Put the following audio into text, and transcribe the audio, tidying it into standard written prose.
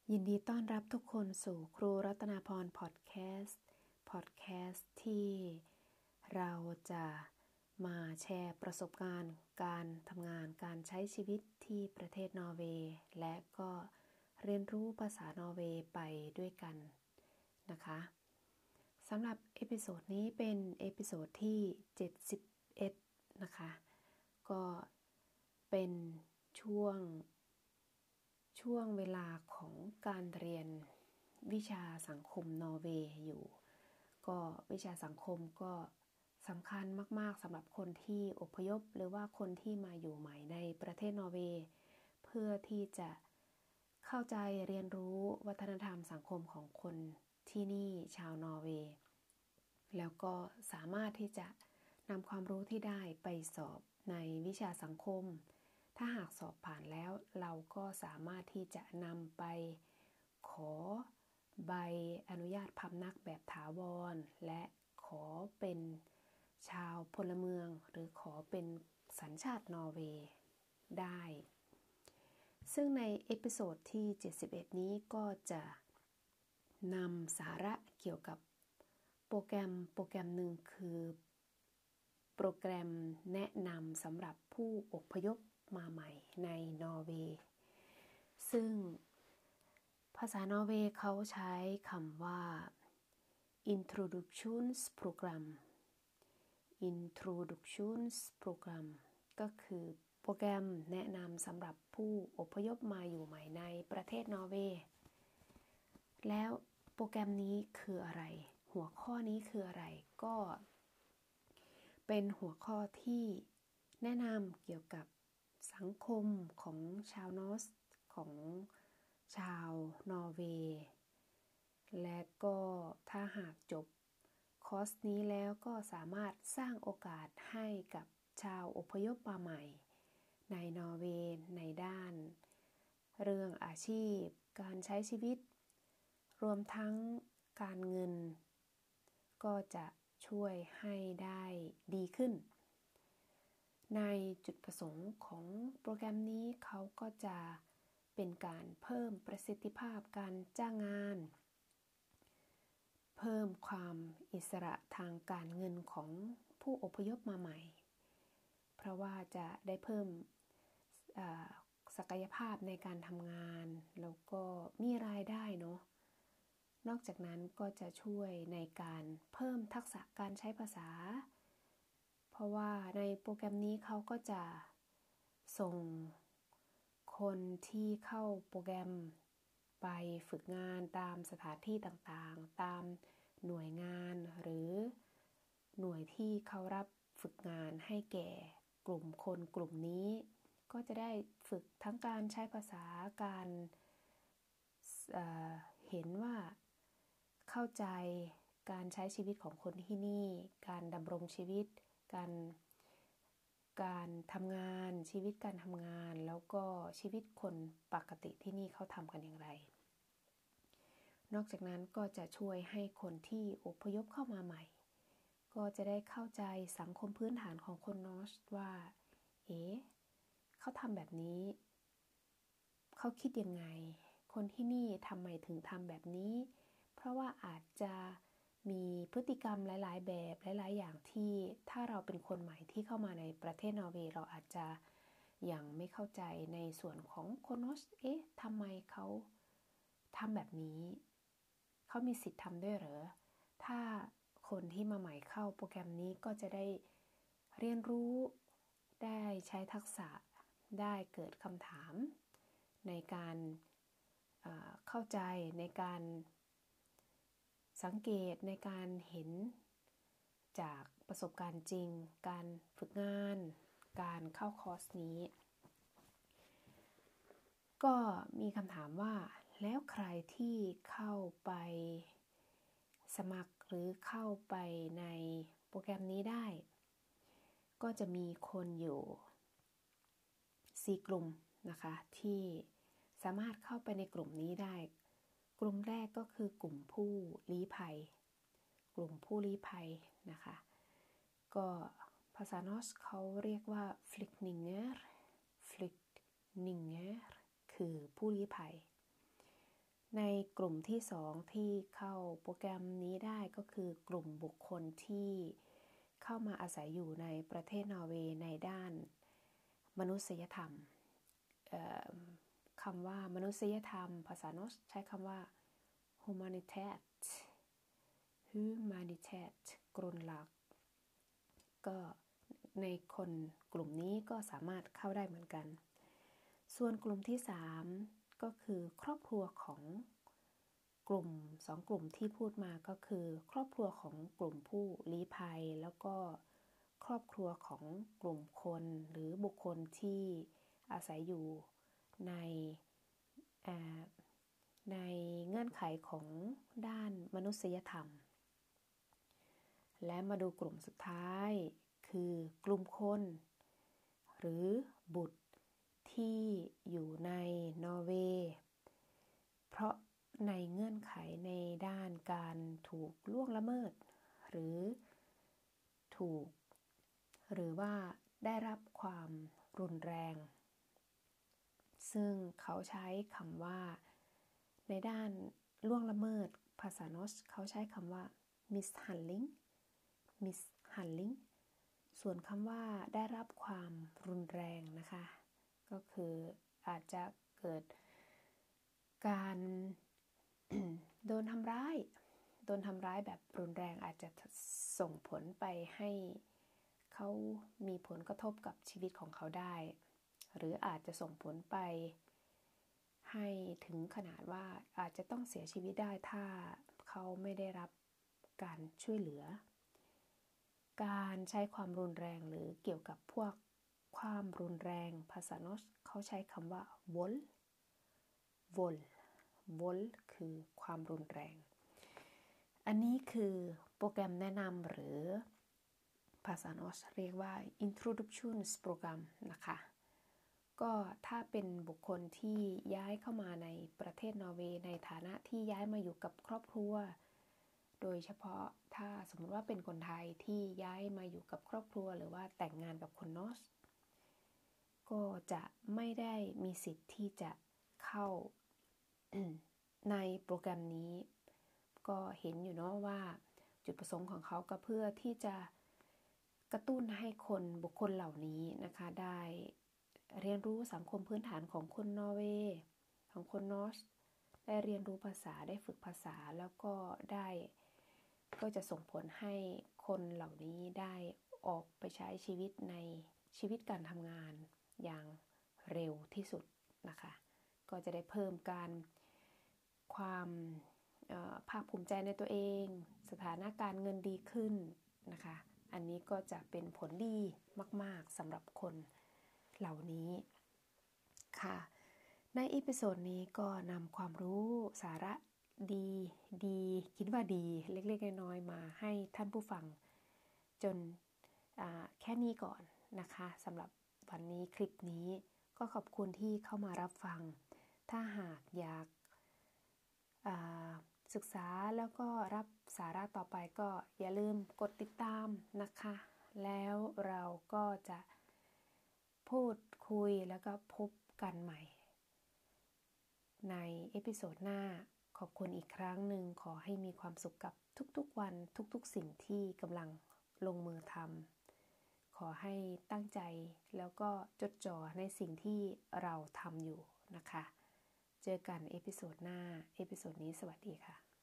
ยินดีต้อนรับทุกคนสู่ครูรัตนาพรพอดแคสต์ที่เราจะมาแชร์ประสบการณ์การทำงานการใช้ชีวิตที่ประเทศนอร์เวย์และก็เรียนรู้ภาษานอร์เวย์ไปด้วยกันนะคะสำหรับเอพิโซดนี้เป็นเอพิโซดที่71นะคะก็เป็นช่วงเวลาของการเรียนวิชาสังคมนอร์เวย์อยู่ก็วิชาสังคมก็สำคัญมากๆสำหรับคนที่อพยพหรือว่าคนที่มาอยู่ใหม่ในประเทศนอร์เวย์เพื่อที่จะเข้าใจเรียนรู้วัฒนธรรมสังคมของคนที่นี่ชาวนอร์เวย์แล้วก็สามารถที่จะนำความรู้ที่ได้ไปสอบในวิชาสังคมถ้าหากสอบผ่านแล้วเราก็สามารถที่จะนำไปขอใบอนุญาตพำนักแบบถาวรและขอเป็นชาวพลเมืองหรือขอเป็นสัญชาตินอร์เวย์ได้ซึ่งในเอพิโซดที่71นี้ก็จะนำสาระเกี่ยวกับโปรแกรมหนึ่งคือโปรแกรมแนะนำสำหรับผู้อพยพมาใหม่ในนอร์เวย์ซึ่งภาษานอร์เวย์เขาใช้คำว่า Introduksjonsprogram ก็คือโปรแกรมแนะนำสำหรับผู้อพยพมาอยู่ใหม่ในประเทศนอร์เวย์แล้วโปรแกรมนี้คืออะไรหัวข้อนี้คืออะไรก็เป็นหัวข้อที่แนะนำเกี่ยวกับสังคมของชาวนอร์สของชาวนอร์เวย์และก็ถ้าหากจบคอร์สนี้แล้วก็สามารถสร้างโอกาสให้กับชาวอพยพมาใหม่ในนอร์เวย์ในด้านเรื่องอาชีพการใช้ชีวิตรวมทั้งการเงินก็จะช่วยให้ได้ดีขึ้นในจุดประสงค์ของโปรแกรมนี้เขาก็จะเป็นการเพิ่มประสิทธิภาพการจ้างงานเพิ่มความอิสระทางการเงินของผู้อพยพมาใหม่เพราะว่าจะได้เพิ่มศักยภาพในการทำงานแล้วก็มีรายได้เนาะนอกจากนั้นก็จะช่วยในการเพิ่มทักษะการใช้ภาษาเพราะว่าในโปรแกรมนี้เขาก็จะส่งคนที่เข้าโปรแกรมไปฝึกงานตามสถานที่ต่างๆตามหน่วยงานหรือหน่วยที่เขารับฝึกงานให้แก่กลุ่มคนกลุ่มนี้ก็จะได้ฝึกทั้งการใช้ภาษาการเห็นว่าเข้าใจการใช้ชีวิตของคนที่นี่การดำรงชีวิตการทำงานชีวิตการทำงานแล้วก็ชีวิตคนปกติที่นี่เขาทำกันอย่างไรนอกจากนั้นก็จะช่วยให้คนที่อพยพเข้ามาใหม่ก็จะได้เข้าใจสังคมพื้นฐานของคนนอร์สว่าเขาทำแบบนี้เขาคิดยังไงคนที่นี่ทำไมถึงทำแบบนี้เพราะว่าอาจจะมีพฤติกรรมหลายๆแบบหลายๆอย่างที่ถ้าเราเป็นคนใหม่ที่เข้ามาในประเทศนอร์เวย์เราอาจจะยังไม่เข้าใจในส่วนของคนนอร์สทำไมเขาทำแบบนี้เขามีสิทธิ์ทำด้วยเหรอถ้าคนที่มาใหม่เข้าโปรแกรมนี้ก็จะได้เรียนรู้ได้ใช้ทักษะได้เกิดคำถามในการเข้าใจในการสังเกตในการเห็นจากประสบการณ์จริงการฝึกงานการเข้าคอร์สนี้ก็มีคำถามว่าแล้วใครที่เข้าไปสมัครหรือเข้าไปในโปรแกรมนี้ได้ก็จะมีคนอยู่4กลุ่มนะคะที่สามารถเข้าไปในกลุ่มนี้ได้กลุ่มแรกก็คือกลุ่มผู้ลี้ภัยนะคะก็ภาษานอสเขาเรียกว่า flyktinger คือผู้ลี้ภัยในกลุ่มที่2ที่เข้าโปรแกรมนี้ได้ก็คือกลุ่มบุคคลที่เข้ามาอาศัยอยู่ในประเทศนอร์เวย์ในด้านมนุษยธรรมคำว่ามนุษยธรรมภาษาโนสใช้คำว่า humanitet กลุ่มหลักก็ในคนกลุ่มนี้ก็สามารถเข้าได้เหมือนกันส่วนกลุ่มที่3ก็คือครอบครัวของกลุ่ม2กลุ่มที่พูดมาก็คือครอบครัวของกลุ่มผู้ลี้ภัยแล้วก็ครอบครัวของกลุ่มคนหรือบุคคลที่อาศัยอยู่ในเงื่อนไขของด้านมนุษยธรรมและมาดูกลุ่มสุดท้ายคือกลุ่มคนหรือบุตรที่อยู่ในนอร์เวย์เพราะในเงื่อนไขในด้านการถูกล่วงละเมิดหรือว่าได้รับความรุนแรงซึ่งเขาใช้คำว่าในด้านล่วงละเมิดภาษาโนสเขาใช้คำว่า mishandling ส่วนคำว่าได้รับความรุนแรงนะคะก็คืออาจจะเกิดการ โดนทำร้ายแบบรุนแรงอาจจะส่งผลไปให้เขามีผลกระทบกับชีวิตของเขาได้หรืออาจจะส่งผลไปให้ถึงขนาดว่าอาจจะต้องเสียชีวิตได้ถ้าเขาไม่ได้รับการช่วยเหลือการใช้ความรุนแรงหรือเกี่ยวกับพวกความรุนแรงภาษาโนสเขาใช้คำว่า vold คือความรุนแรงอันนี้คือโปรแกรมแนะนำหรือภาษาโนสเรียกว่า introduction โปรแกรมนะคะก็ถ้าเป็นบุคคลที่ย้ายเข้ามาในประเทศนอร์เวย์ในฐานะที่ย้ายมาอยู่กับครอบครัวโดยเฉพาะถ้าสมมติว่าเป็นคนไทยที่ย้ายมาอยู่กับครอบครัวหรือว่าแต่งงานกับคนนอสก็จะไม่ได้มีสิทธิ์ที่จะเข้า ในโปรแกรมนี้ก็เห็นอยู่เนาะว่าจุดประสงค์ของเขาก็เพื่อที่จะกระตุ้นให้บุคคลเหล่านี้นะคะได้เรียนรู้สังคมพื้นฐานของคนนอร์เวย์ของคนนอร์สได้เรียนรู้ภาษาได้ฝึกภาษาแล้วก็จะส่งผลให้คนเหล่านี้ได้ออกไปใช้ชีวิตในชีวิตการทำงานอย่างเร็วที่สุดนะคะก็จะได้เพิ่มความภาคภูมิใจในตัวเองสถานะการเงินดีขึ้นนะคะอันนี้ก็จะเป็นผลดีมากๆสำหรับคนเหล่านี้ค่ะในอีพิโซดนี้ก็นำความรู้สาระดีคิดว่าดีเล็กๆน้อยๆมาให้ท่านผู้ฟังจนแค่นี้ก่อนนะคะสำหรับวันนี้คลิปนี้ก็ขอบคุณที่เข้ามารับฟังถ้าหากอยากศึกษาแล้วก็รับสาระต่อไปก็อย่าลืมกดติดตามนะคะแล้วเราก็จะพูดคุยแล้วก็พบกันใหม่ในเอพิโซดหน้าขอบคุณอีกครั้งหนึ่งขอให้มีความสุขกับทุกๆวันทุกๆสิ่งที่กำลังลงมือทำขอให้ตั้งใจแล้วก็จดจ่อในสิ่งที่เราทำอยู่นะคะเจอกันเอพิโซดหน้าเอพิโซดนี้สวัสดีค่ะ